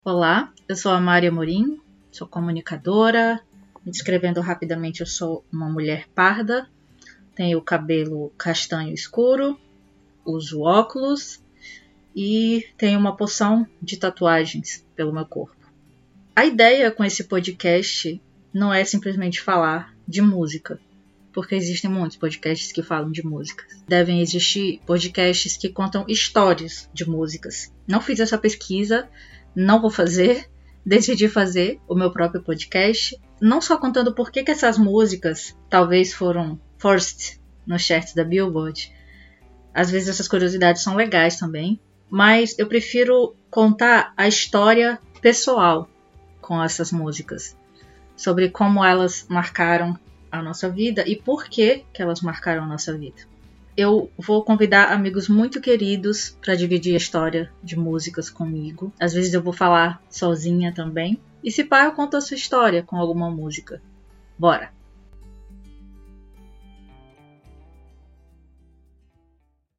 Olá, eu sou a Mari Amorim, sou comunicadora. Me descrevendo rapidamente, eu sou uma mulher parda, tenho o cabelo castanho escuro, uso óculos e tenho uma porção de tatuagens pelo meu corpo. A ideia com esse podcast não é simplesmente falar de música, porque existem muitos podcasts que falam de músicas. Devem existir podcasts que contam histórias de músicas. Não fiz essa pesquisa, não vou fazer. Decidi fazer o meu próprio podcast, não só contando por que essas músicas talvez foram first nos charts da Billboard. Às vezes essas curiosidades são legais também, mas eu prefiro contar a história pessoal com essas músicas, sobre como elas marcaram a nossa vida e por que elas marcaram a nossa vida. Eu vou convidar amigos muito queridos para dividir a história de músicas comigo. Às vezes eu vou falar sozinha também. E se pá, eu conto a sua história com alguma música. Bora!